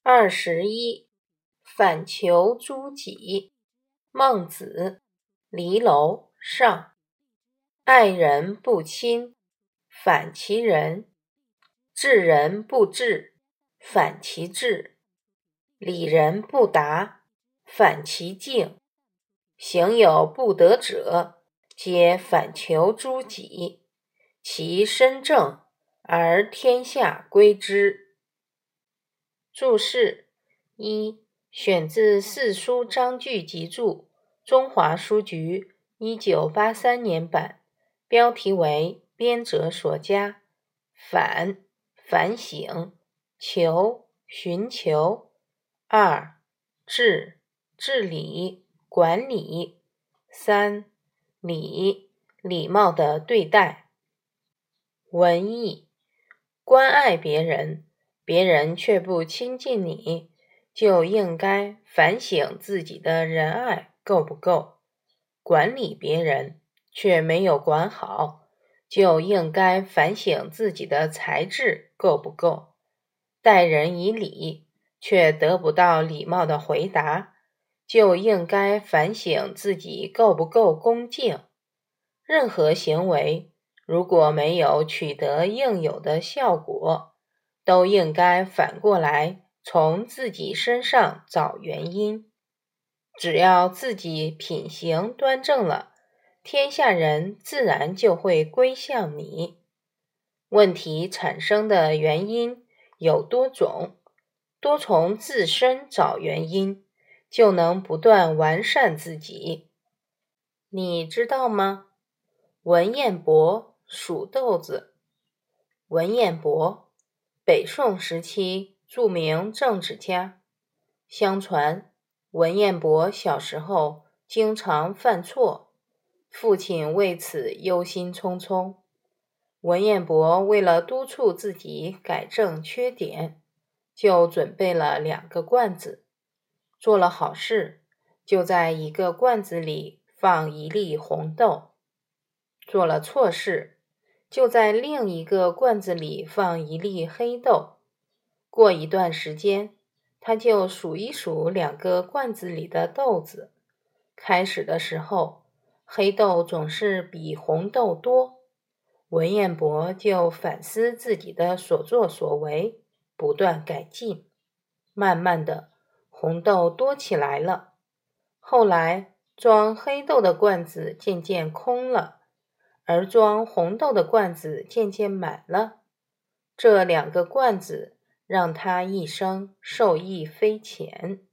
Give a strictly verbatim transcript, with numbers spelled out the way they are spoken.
二十一，反求诸己。孟子，离楼上。爱人不亲，反其仁；治人不治，反其智；理人不达，反其敬。行有不得者，皆反求诸己。其身正，而天下归之。注释一，选自《四书章句集注》，中华书局一九八三年版，标题为编者所加。反，反省；求，寻求。二，治，治理，管理。三，礼，礼貌的对待。文意，关爱别人，别人却不亲近你，就应该反省自己的仁爱够不够；管理别人，却没有管好，就应该反省自己的才智够不够；待人以礼，却得不到礼貌的回答，就应该反省自己够不够恭敬。任何行为如果没有取得应有的效果，都应该反过来从自己身上找原因。只要自己品行端正了，天下人自然就会归向你。问题产生的原因有多种，多从自身找原因，就能不断完善自己。你知道吗？文彦博，属豆子。文彦博，北宋时期著名政治家。相传，文彦博小时候经常犯错，父亲为此忧心忡忡。文彦博为了督促自己改正缺点，就准备了两个罐子。做了好事，就在一个罐子里放一粒红豆；做了错事，就在另一个罐子里放一粒黑豆。过一段时间，他就数一数两个罐子里的豆子。开始的时候，黑豆总是比红豆多。文彦博就反思自己的所作所为，不断改进。慢慢的，红豆多起来了。后来，装黑豆的罐子渐渐空了，而装红豆的罐子渐渐满了。这两个罐子让他一生受益匪浅。